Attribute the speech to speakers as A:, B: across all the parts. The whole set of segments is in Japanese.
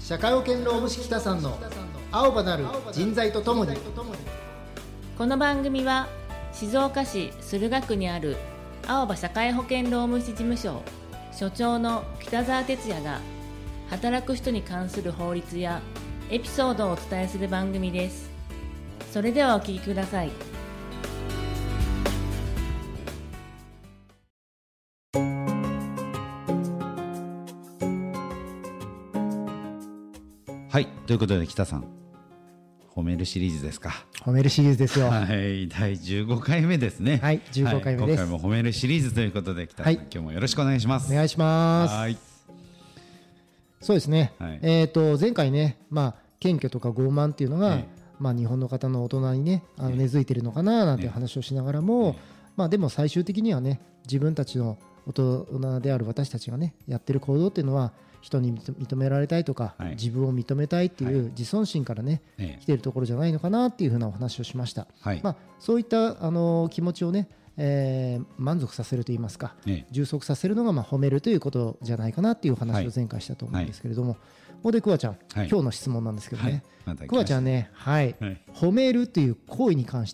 A: 社会保険労務士北さんの青葉なる人材とともに。
B: この番組は静岡市駿河区にある青葉社会保険労務士事務所所長の北澤哲也が働く人に関する法律やエピソードをお伝えする番組です。それではお聞きください。
C: はい、ということで北さん、褒めるシリーズですか。
A: 褒めるシリーズですよ。
C: はい、第15回目ですね。
A: はい、15回目です。
C: 今回も褒めるシリーズということで北さん、今日もよろしくお願いします。
A: お願いします。はい、そうですね、はい、前回ね、謙虚とか傲慢っていうのが、日本の方の大人にね根付いてるのかななんて話をしながらも、でも最終的にはね、自分たちの大人である私たちがねやってる行動っていうのは人に認められたいとか、自分を認めたいっていう自尊心からね、来ているところじゃないのかなっていうふうなお話をしました。そういった気持ちをね、満足させるといいますか、充足させるのが褒めるということじゃないかなっていう話を前回したと思うんですけれども、ここでくわちゃん、今日の質問なんですけどね、くわちゃんね、褒めるという行為に関して、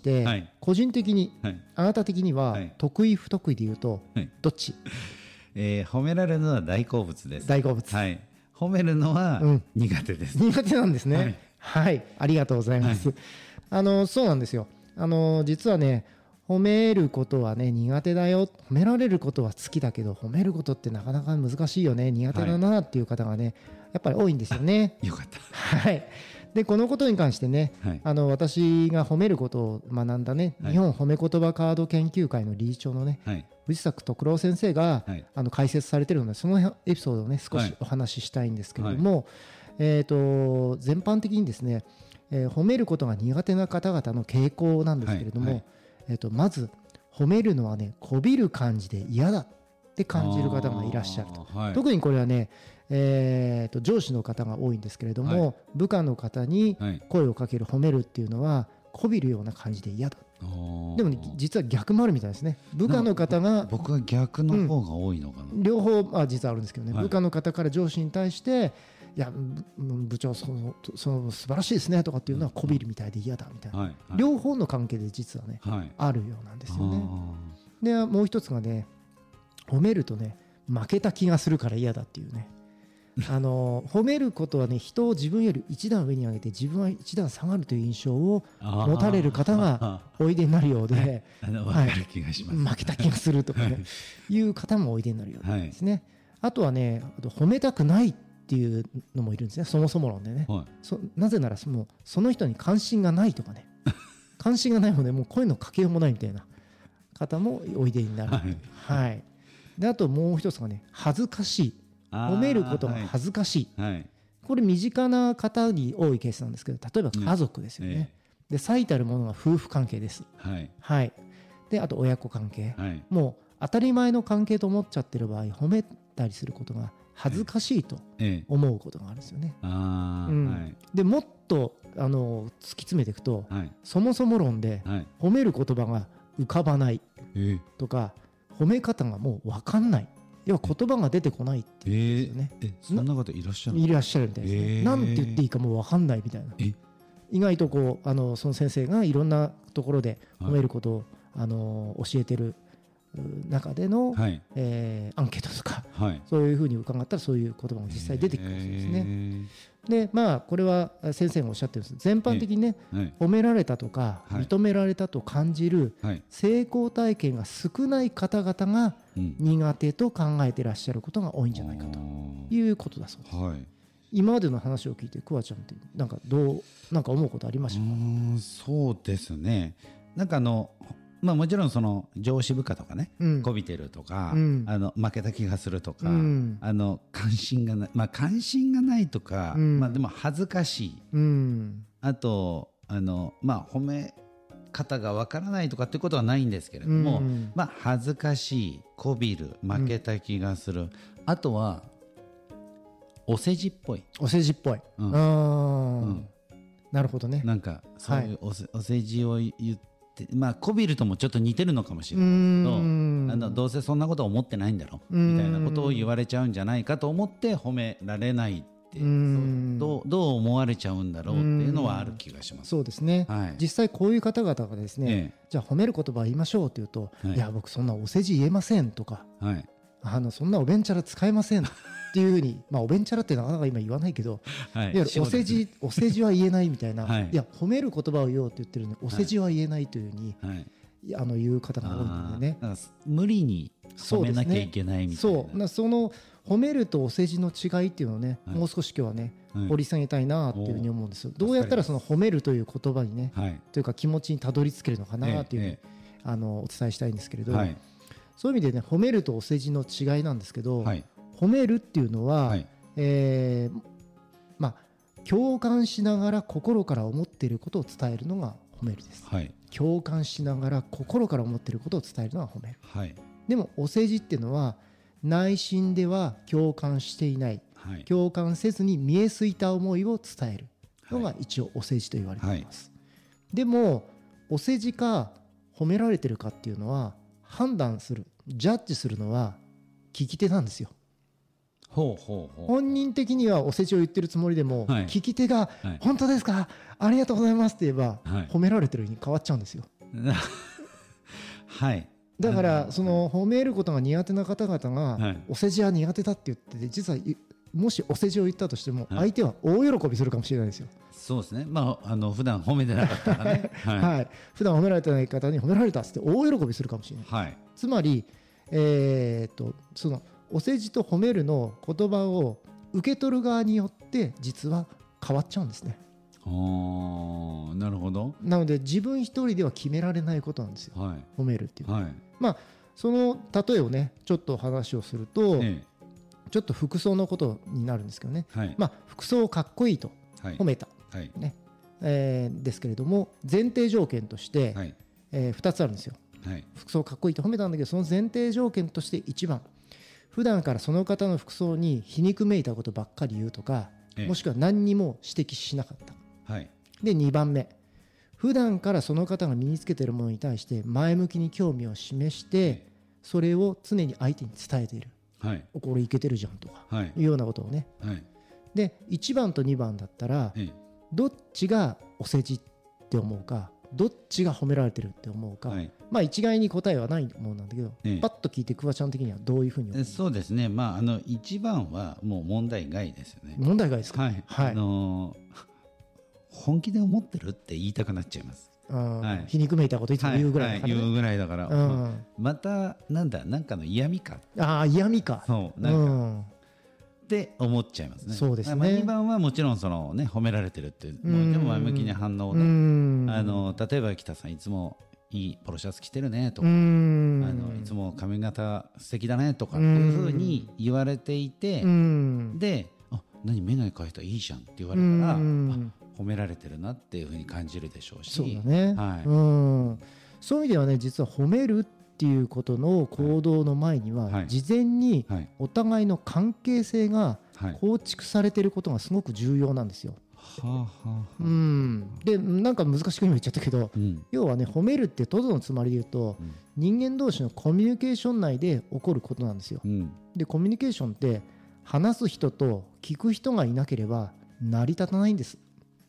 A: 個人的に、あなた的には得意不得意で言うとどっち？
C: 褒められるのは大好物です。
A: 大好物。
C: 褒めるのは苦手です。
A: 苦手なんですね。ありがとうございます。そうなんですよ。実はね、褒めることはね苦手だよ、褒められることは好きだけど褒めることってなかなか難しいよね、苦手だなっていう方がねやっぱり多いんですよね。
C: よかった。
A: でこのことに関してね、私が褒めることを学んだね、日本褒め言葉カード研究会の理事長のね、藤作徳郎先生が、解説されているので、そのエピソードをね少しお話ししたいんですけれども、全般的にですね、褒めることが苦手な方々の傾向なんですけれども、まず褒めるのはねこびる感じで嫌だって感じる方がいらっしゃると。特にこれはね、上司の方が多いんですけれども、部下の方に声をかける褒めるっていうのはこびるような感じで嫌だ。でも、ね、実は逆もあるみたいですね。部下の方が
C: 僕は逆の方が多いのかな、
A: 両方実はあるんですけどね、部下の方から上司に対していや部長その素晴らしいですねとかっていうのはこびるみたいで嫌だみたいな、両方の関係で実はね、あるようなんですよね。でもう一つがね、褒めるとね負けた気がするから嫌だっていうね褒めることはね、人を自分より一段上に上げて自分は一段下がるという印象を持たれる方がおいでになるようで、
C: 分かる気がします。
A: 負けた気がするとかねいう方もおいでになるようですね。あとはね、褒めたくないっていうのもいるんですね、そもそも論でね。なぜならその人に関心がないとかね関心がないのでもう声のかけようもないみたいな方もおいでになる。であともう一つがね、恥ずかしい、褒めることが恥ずかしい、これ身近な方に多いケースなんですけど、例えば家族ですよね。で最たるものが夫婦関係です。であと親子関係、もう当たり前の関係と思っちゃってる場合、褒めたりすることが恥ずかしいと思うことがあるんですよね。でもっと突き詰めていくと、そもそも論で褒める言葉が浮かばないとか、褒め方がもう分かんない、要は言葉が出てこないっていうんですよね。
C: そんな方いらっしゃる？
A: いらっしゃるみたいですね。なんて言っていいかもう分かんないみたいな。意外とその先生がいろんなところで褒めることを教えてる中での、アンケートとか、そういうふうに伺ったらそういう言葉も実際出てくるんですね。でこれは先生がおっしゃってるんです。全般的にね、褒められたとか認められたと感じる成功体験が少ない方々が苦手と考えていらっしゃることが多いんじゃないかということだそうです。今までの話を聞いてくわちゃんってなんか思うことありましたか？
C: そうですね、もちろんその上司部下とかね、こびてるとか、負けた気がするとか、関心がない、関心がないとか、でも恥ずかしい、あと褒め方がわからないとかってことはないんですけれども、恥ずかしい、こびる、負けた気がする、あとはお世辞っぽい。
A: お世辞っぽい。なるほどね。
C: なんかそういうお世辞を言って、こびるともちょっと似てるのかもしれないけど、どうせそんなこと思ってないんだろみたいなことを言われちゃうんじゃないかと思って褒められないってどう思われちゃうんだろうっていうのはある気がします。
A: そうですね、はい、実際こういう方々がですね、じゃあ褒める言葉言いましょうって言うと、いや僕そんなお世辞言えませんとか、そんなおべんちゃら使えませんっていうふうにおべんちゃらってなかなか今言わないけど、いわゆるお世辞は言えないみたいな、いや褒める言葉を言おうって言ってるのにお世辞は言えないというふうに、言う方が多いのでね、
C: 無理に褒めなきゃいけないみたいな、
A: その褒めるとお世辞の違いっていうのをね、もう少し今日はね、掘り下げたいなっていうふうに思うんですよ。どうやったらその褒めるという言葉にね、というか気持ちにたどり着けるのかなっていう、お伝えしたいんですけれど、そういう意味でね、褒めるとお世辞の違いなんですけど、褒めるっていうのは、共感しながら心から思っていることを伝えるのが褒めるです。共感しながら心から思っていることを伝えるのが褒める。でもお世辞っていうのは内心では共感していない、共感せずに見えすいた思いを伝えるのが一応お世辞と言われています。でもお世辞か褒められてるかっていうのは判断する、ジャッジするのは聞き手なんですよ。本人的にはお世辞を言ってるつもりでも、聞き手が本当ですか、ありがとうございますって言えば、褒められてるに変わっちゃうんですよ。だからその褒めることが苦手な方々がお世辞は苦手だって言ってて、実はもしお世辞を言ったとしても相手は大喜びするかもしれないですよ。
C: そうですね、普段褒めてなかったらね
A: 普段褒められてない方に褒められたって大喜びするかもしれない、つまりそのお世辞と褒めるの言葉を受け取る側によって実は変わっちゃうんですね。
C: なるほど。
A: なので自分一人では決められないことなんですよ、褒めるっていうのは。その例えをねちょっと話をすると、ちょっと服装のことになるんですけどね、服装かっこいいと褒めた、ですけれども前提条件として、2つあるんですよ。服装かっこいいと褒めたんだけど、その前提条件として1番、普段からその方の服装に皮肉めいたことばっかり言うとか、もしくは何にも指摘しなかった、で2番目、普段からその方が身につけているものに対して前向きに興味を示してそれを常に相手に伝えている、これいけてるじゃんとかいうようなことをね、で1番と2番だったらどっちがお世辞って思うか、どっちが褒められてるって思うか、一概に答えはないものなんだけど、パッと聞いてくわちゃん的にはどういうふうに思う？
C: そうですね、一番はもう問題外ですよね。
A: 問題外ですか？
C: 本気で思ってるって言いたくなっちゃいます。
A: 皮肉めいたこといつも言うぐらいだから、
C: 言うぐらいだから、またなんかの嫌味か、
A: 嫌味か、
C: って思っちゃいますね。
A: そうですね。
C: 2番はもちろんそのね褒められてるってでも前向きに反応で、例えば北さんいつもいいポロシャツ着てるねとか、いつも髪型素敵だねとかこういうふうに言われていて、で何眼鏡変えたらいいじゃんって言われたら褒められてるなっていうふうに感じるでしょうし、
A: そうだね、そういう意味ではね、実は褒めるっていうことの行動の前には事前にお互いの関係性が構築されていることがすごく重要なんですよ。でなんか難しく今言っちゃったけど、要はね褒めるってトドのつまりで言うと、人間同士のコミュニケーション内で起こることなんですよ。でコミュニケーションって話す人と聞く人がいなければ成り立たないんです。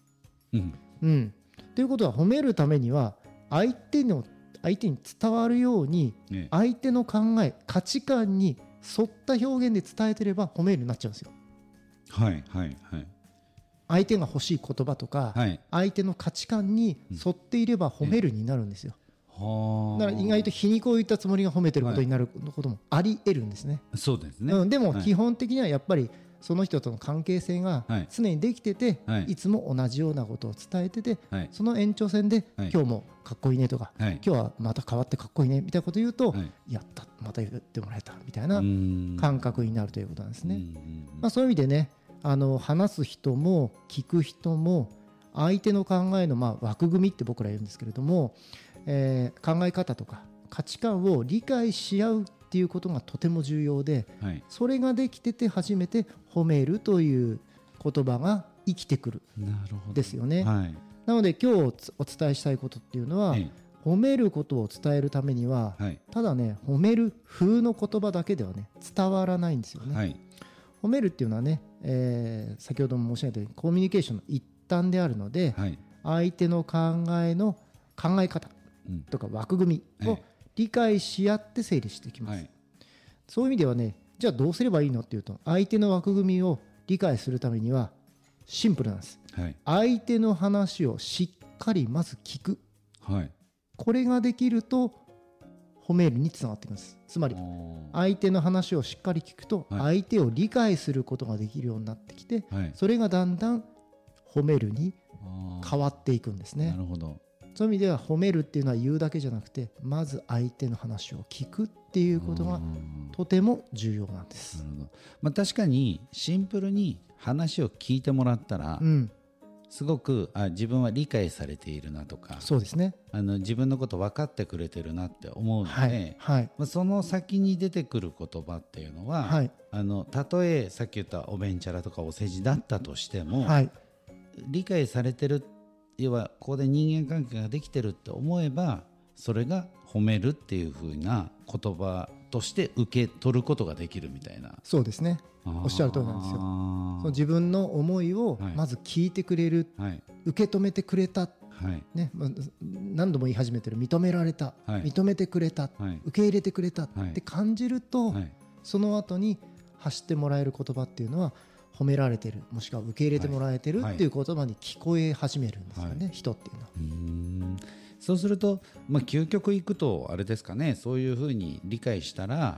A: ということは褒めるためには相手に伝わるように相手の考え価値観に沿った表現で伝えてれば褒めるになっちゃうんですよ。相手が欲しい言葉とか、相手の価値観に沿っていれば褒めるになるんですよ。だから意外と皮肉を言ったつもりが褒めてることになることもあり得るんですね。
C: そうですね。
A: でも基本的にはやっぱりその人との関係性が常にできてて、いつも同じようなことを伝えてて、その延長線で今日もかっこいいねとか、今日はまた変わってかっこいいねみたいなことを言うと、やったまた言ってもらえたみたいな感覚になるということなんですね。そういう意味でね、話す人も聞く人も相手の考えの枠組みって僕ら言うんですけれども、考え方とか価値観を理解し合うっていうことがとても重要で、それができてて初めて褒めるという言葉が生きてくるですよね。なので今日お伝えしたいことっていうのは、褒めることを伝えるためには、ただね褒める風の言葉だけではね伝わらないんですよね。褒めるっていうのはね、 先ほども申し上げたようにコミュニケーションの一端であるので、はい、相手の考え方とか枠組みを理解し合って整理していきます、はい、そういう意味ではね、じゃあどうすればいいのっていうと、相手の枠組みを理解するためにはシンプルなんです、はい、相手の話をしっかりまず聞く、はい、これができると褒めるにつながってきます。つまり相手の話をしっかり聞くと相手を理解することができるようになってきて、はい、それがだんだん褒めるに変わっていくんですね。なるほど。そういう意味では褒めるっていうのは言うだけじゃなくて、まず相手の話を聞くっていうことがとても重要なんです。なるほど。
C: 確かにシンプルに話を聞いてもらったら、すごく自分は理解されているなとか、そうですね、自分のこと分かってくれてるなって思うので、はいはい、その先に出てくる言葉っていうのは、はい、たとえさっき言ったおべんちゃらとかお世辞だったとしても、はい、理解されてる、要はここで人間関係ができてるって思えば、それが褒めるっていう風な言葉として受け取ることができるみたいな。
A: そうですね、おっしゃる通りなんですよ。その自分の思いをまず聞いてくれる、はい、受け止めてくれた、はいね、何度も言い始めてる認められた、はい、認めてくれた、はい、受け入れてくれたって感じると、はい、その後に発してもらえる言葉っていうのは褒められてる、もしくは受け入れてもらえてるっていう言葉に聞こえ始めるんですよね、はい、人っていうのは。
C: そうすると、究極いくとあれですかね、そういうふうに理解したら、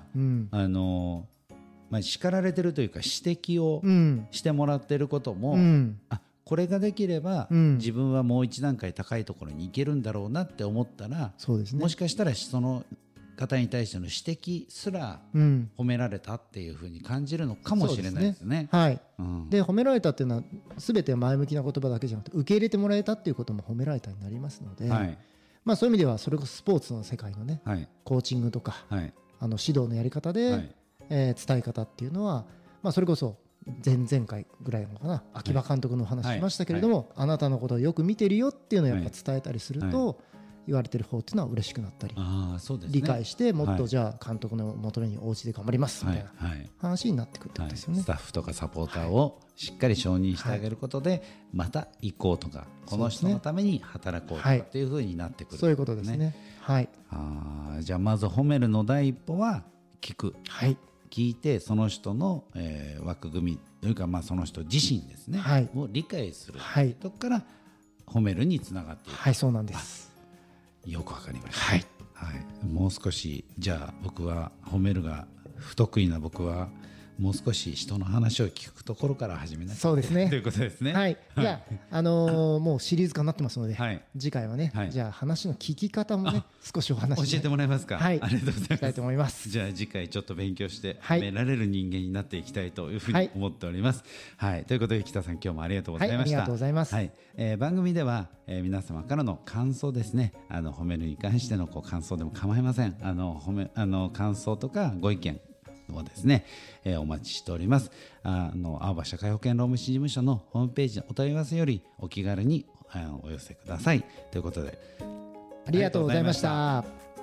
C: 叱られてるというか指摘をしてもらってることも、これができれば、自分はもう一段階高いところに行けるんだろうなって思ったら、そうですね、もしかしたらその方に対しての指摘すら褒められたっていうふうに感じるのかもしれないですね。
A: はい、で褒められたっていうのは全て前向きな言葉だけじゃなくて、受け入れてもらえたっていうことも褒められたになりますので、はい、そういう意味ではそれこそスポーツの世界のね、はい、コーチングとか、はい、指導のやり方で、はい、伝え方っていうのは、それこそ前々回ぐらいのかな、秋葉監督の話しましたけれども、はいはい、あなたのことをよく見てるよっていうのをやっぱ伝えたりすると、はい、言われてる方っていうのは嬉しくなったり、そうですね、理解してもっとじゃあ監督の元にお家で頑張りますみたいな話になってくるってことですよね。
C: スタッフとかサポーターをしっかり承認してあげることで、また行こうとか、この人のために働こうとかっていう風になってくる、
A: そういうことですね。はい、
C: じゃあまず褒めるの第一歩は聞く、はい、聞いてその人の、枠組みというか、その人自身ですね、はい、を理解するとこから褒めるにつながっていく。
A: はい、そうなんです。
C: よくわかりました、はいはい、もう少し、じゃあ僕は褒めるが不得意な僕はもう少し人の話を聞くところから始めなきゃいけない、そうですね、ということですね。
A: はい、じゃあ、もうシリーズ化になってますので、はい、次回はね、はい、じゃあ話の聞き方もね少しお話、
C: 教えてもらえますか。
A: はい、
C: ありがとうございます。
A: したいと思います。
C: じゃあ次回ちょっと勉強して褒められる人間になっていきたいというふうに思っております。はい、はい、ということで北さん、今日もありがとうございました。はい、ありがとうございます。はい、番組では、皆様からの感想ですね、褒めるに関しての感想でも構いません。感想とかご意見をですね、お待ちしております。青葉社会保険労務士事務所のホームページのお問い合わせよりお気軽にお寄せくださいということで、
A: ありがとうございました。